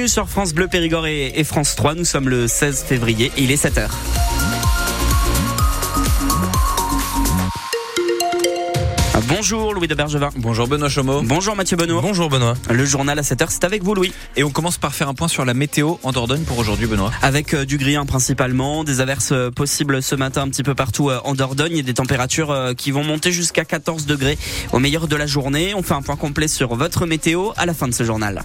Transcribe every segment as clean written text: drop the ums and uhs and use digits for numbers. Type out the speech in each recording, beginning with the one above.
Bienvenue sur France Bleu Périgord et France 3. Nous sommes le 16 février et il est 7h. Bonjour Louis de Bergevin. Bonjour Benoît Chomeau. Bonjour Mathieu Benoît. Bonjour Benoît. Le journal à 7h, c'est avec vous Louis. Et on commence par faire un point sur la météo en Dordogne pour aujourd'hui Benoît. Avec du gris principalement, des averses possibles ce matin un petit peu partout en Dordogne et des températures qui vont monter jusqu'à 14 degrés au meilleur de la journée. On fait un point complet sur votre météo à la fin de ce journal.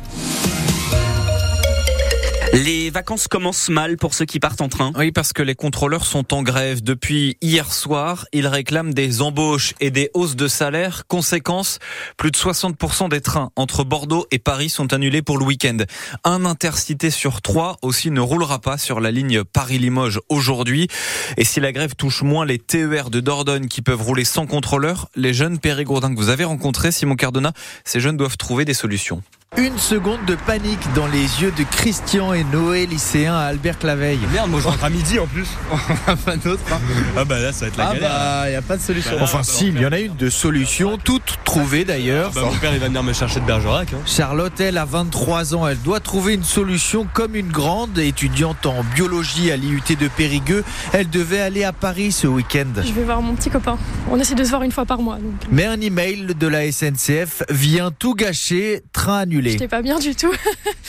Les vacances commencent mal pour ceux qui partent en train. Oui, parce que les contrôleurs sont en grève depuis hier soir. Ils réclament des embauches et des hausses de salaire. Conséquence, plus de 60% des trains entre Bordeaux et Paris sont annulés pour le week-end. Un intercité sur 3 aussi ne roulera pas sur la ligne Paris-Limoges aujourd'hui. Et si la grève touche moins les TER de Dordogne qui peuvent rouler sans contrôleur, les jeunes périgourdins que vous avez rencontrés, Simon Cardona, ces jeunes doivent trouver des solutions. Une seconde de panique dans les yeux de Christian et Noé, lycéens à Albert-Claveil. Merde, moi je rentre à midi en plus. Pas d'autre. Ah bah là ça va être la galère. Ah bah y a pas de solution. Bah, enfin si, il y en a une de solution, toutes trouvées d'ailleurs. Bah mon père il va venir me chercher de Bergerac. Charlotte, elle a 23 ans, elle doit trouver une solution comme une grande étudiante en biologie à l'IUT de Périgueux. Elle devait aller à Paris ce week-end. Je vais voir mon petit copain. On essaie de se voir une fois par mois. Donc. Mais un email de la SNCF vient tout gâcher, train annulé. J'étais pas bien du tout.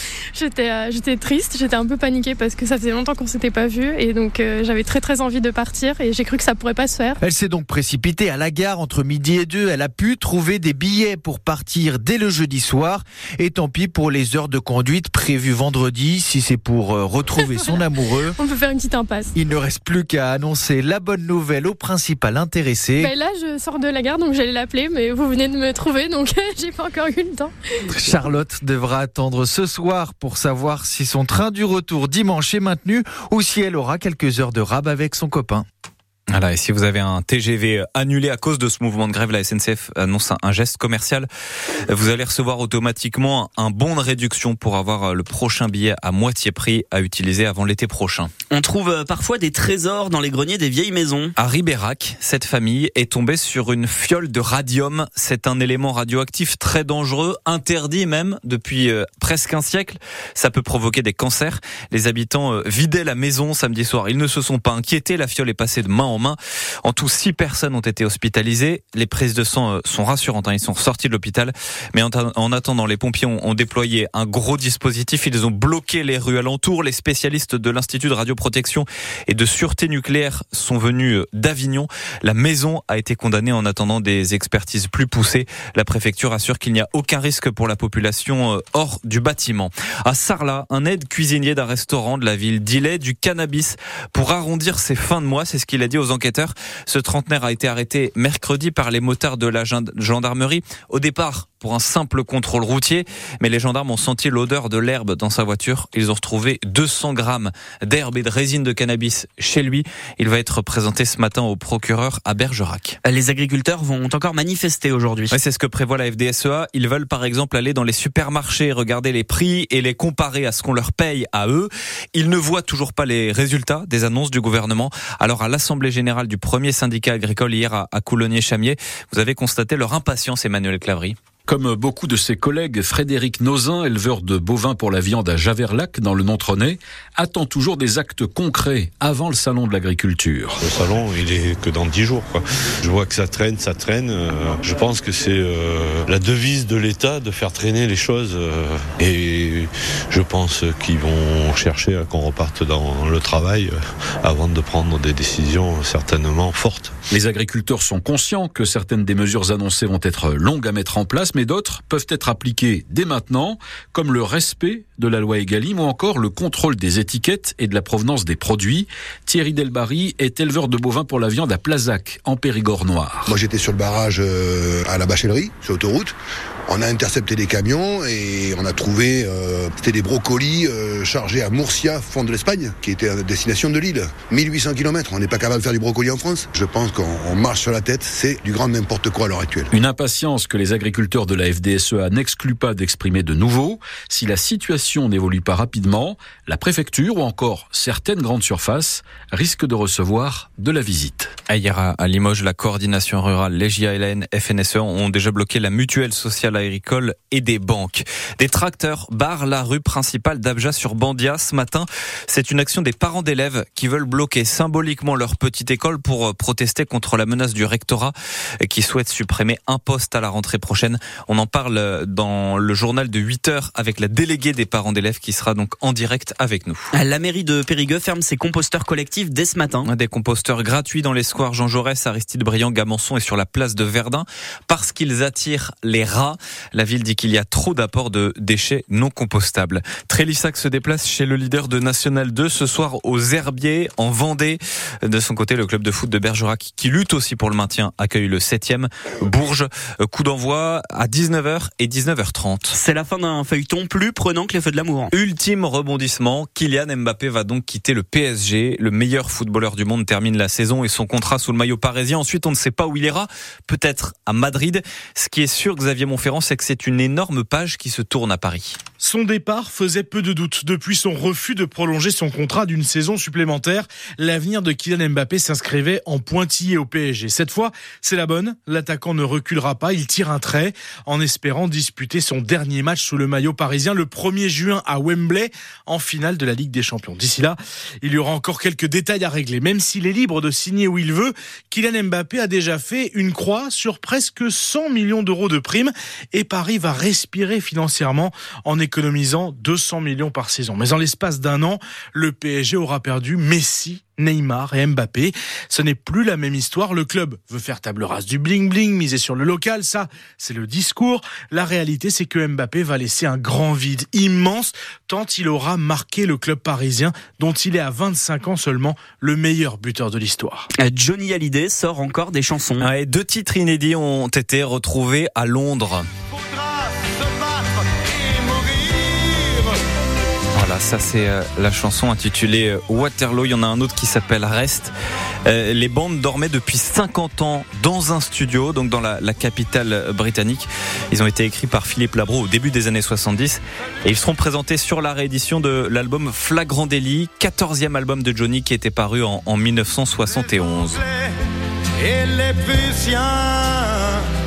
J'étais triste, j'étais un peu paniquée parce que ça faisait longtemps qu'on s'était pas vu et donc j'avais très envie de partir et j'ai cru que ça pourrait pas se faire. Elle s'est donc précipitée à la gare entre midi et 2. Elle a pu trouver des billets pour partir dès le jeudi soir et tant pis pour les heures de conduite prévues vendredi si c'est pour retrouver son amoureux. On peut faire une petite impasse. Il ne reste plus qu'à annoncer la bonne nouvelle au principal intéressé. Là je sors de la gare donc j'allais l'appeler mais vous venez de me trouver donc j'ai pas encore eu le temps. Charlotte devra attendre ce soir pour savoir si son train du retour dimanche est maintenu ou si elle aura quelques heures de rab avec son copain. Voilà, et si vous avez un TGV annulé à cause de ce mouvement de grève, la SNCF annonce un geste commercial. Vous allez recevoir automatiquement un bon de réduction pour avoir le prochain billet à moitié prix à utiliser avant l'été prochain. On trouve parfois des trésors dans les greniers des vieilles maisons. À Ribérac, cette famille est tombée sur une fiole de radium. C'est un élément radioactif très dangereux, interdit même depuis presque un siècle. Ça peut provoquer des cancers. Les habitants vidaient la maison samedi soir. Ils ne se sont pas inquiétés. La fiole est passée de main en main. En tout, 6 personnes ont été hospitalisées. Les prises de sang sont rassurantes. Ils sont sortis de l'hôpital. Mais en attendant, les pompiers ont déployé un gros dispositif. Ils ont bloqué les rues alentours. Les spécialistes de l'Institut de radioprotection et de sûreté nucléaire sont venus d'Avignon. La maison a été condamnée en attendant des expertises plus poussées. La préfecture assure qu'il n'y a aucun risque pour la population hors du bâtiment. À Sarlat, un aide cuisinier d'un restaurant de la ville d'Illet du cannabis pour arrondir ses fins de mois. C'est ce qu'il a dit aux enquêteurs. Ce trentenaire a été arrêté mercredi par les motards de la gendarmerie. Au départ, pour un simple contrôle routier, mais les gendarmes ont senti l'odeur de l'herbe dans sa voiture. Ils ont retrouvé 200 grammes d'herbe et de résine de cannabis chez lui. Il va être présenté ce matin au procureur à Bergerac. Les agriculteurs vont encore manifester aujourd'hui. Ouais, c'est ce que prévoit la FDSEA. Ils veulent par exemple aller dans les supermarchés, regarder les prix et les comparer à ce qu'on leur paye à eux. Ils ne voient toujours pas les résultats des annonces du gouvernement. Alors à l'Assemblée générale du premier syndicat agricole hier à Coulonnier-Chamier, vous avez constaté leur impatience, Emmanuel Clavry. Comme beaucoup de ses collègues, Frédéric Nozin, éleveur de bovins pour la viande à Javerlac, dans le Nontronais, attend toujours des actes concrets avant le salon de l'agriculture. Le salon, il est que dans 10 jours, quoi. Je vois que ça traîne. Je pense que c'est la devise de l'État de faire traîner les choses. Et je pense qu'ils vont chercher à qu'on reparte dans le travail avant de prendre des décisions certainement fortes. Les agriculteurs sont conscients que certaines des mesures annoncées vont être longues à mettre en place, mais d'autres peuvent être appliquées dès maintenant, comme le respect de la loi Egalim ou encore le contrôle des étiquettes et de la provenance des produits. Thierry Delbarry est éleveur de bovins pour la viande à Plazac, en Périgord noir. Moi j'étais sur le barrage à la Bachellerie, sur l'autoroute. On a intercepté des camions et on a trouvé, c'était des brocolis chargés à Murcia, fond de l'Espagne, qui était à destination de Lille. 1800 km, on n'est pas capable de faire du brocoli en France. Je pense qu'on marche sur la tête, c'est du grand n'importe quoi à l'heure actuelle. Une impatience que les agriculteurs de la FDSEA n'excluent pas d'exprimer de nouveau. Si la situation n'évolue pas rapidement, la préfecture ou encore certaines grandes surfaces risquent de recevoir de la visite. Hier à Limoges, la coordination rurale, les JALN, FNSE ont déjà bloqué la mutuelle sociale sociale agricole et des banques. Des tracteurs barrent la rue principale d'Abja sur Bandia ce matin. C'est une action des parents d'élèves qui veulent bloquer symboliquement leur petite école pour protester contre la menace du rectorat qui souhaite supprimer un poste à la rentrée prochaine. On en parle dans le journal de 8h avec la déléguée des parents d'élèves qui sera donc en direct avec nous. La mairie de Périgueux ferme ses composteurs collectifs dès ce matin. Des composteurs gratuits dans les squares Jean Jaurès, Aristide Briand, Gamançon et sur la place de Verdun parce qu'ils attirent les rats. La ville dit qu'il y a trop d'apports de déchets non compostables. Trélissac se déplace chez le leader de National 2 ce soir aux Herbiers en Vendée. De son côté, le club de foot de Bergerac qui lutte aussi pour le maintien accueille le 7e Bourges. Coup d'envoi à 19h et 19h30. C'est la fin d'un feuilleton plus prenant que les feux de l'amour. Ultime rebondissement, Kylian Mbappé va donc quitter le PSG. Le meilleur footballeur du monde termine la saison et son contrat sous le maillot parisien. Ensuite, on ne sait pas où il ira, peut-être à Madrid. Ce qui est sûr, Xavier Montferrand, c'est que c'est une énorme page qui se tourne à Paris. Son départ faisait peu de doute. Depuis son refus de prolonger son contrat d'une saison supplémentaire, l'avenir de Kylian Mbappé s'inscrivait en pointillé au PSG. Cette fois, c'est la bonne. L'attaquant ne reculera pas. Il tire un trait en espérant disputer son dernier match sous le maillot parisien le 1er juin à Wembley en finale de la Ligue des Champions. D'ici là, il y aura encore quelques détails à régler. Même s'il est libre de signer où il veut, Kylian Mbappé a déjà fait une croix sur presque 100 millions d'euros de primes et Paris va respirer financièrement en économisant 200 millions par saison. Mais en l'espace d'un an, le PSG aura perdu Messi, Neymar et Mbappé. Ce n'est plus la même histoire. Le club veut faire table rase du bling-bling, miser sur le local. Ça, c'est le discours. La réalité, c'est que Mbappé va laisser un grand vide immense tant il aura marqué le club parisien dont il est à 25 ans seulement le meilleur buteur de l'histoire. Johnny Hallyday sort encore des chansons. Ouais, 2 titres inédits ont été retrouvés à Londres. Voilà, ça c'est la chanson intitulée Waterloo. Il y en a un autre qui s'appelle Rest. Les bandes dormaient depuis 50 ans dans un studio, donc dans la capitale britannique. Ils ont été écrits par Philippe Labro au début des années 70 et ils seront présentés sur la réédition de l'album Flagrant Délit, 14e album de Johnny qui était paru en 1971. Et les Prussiens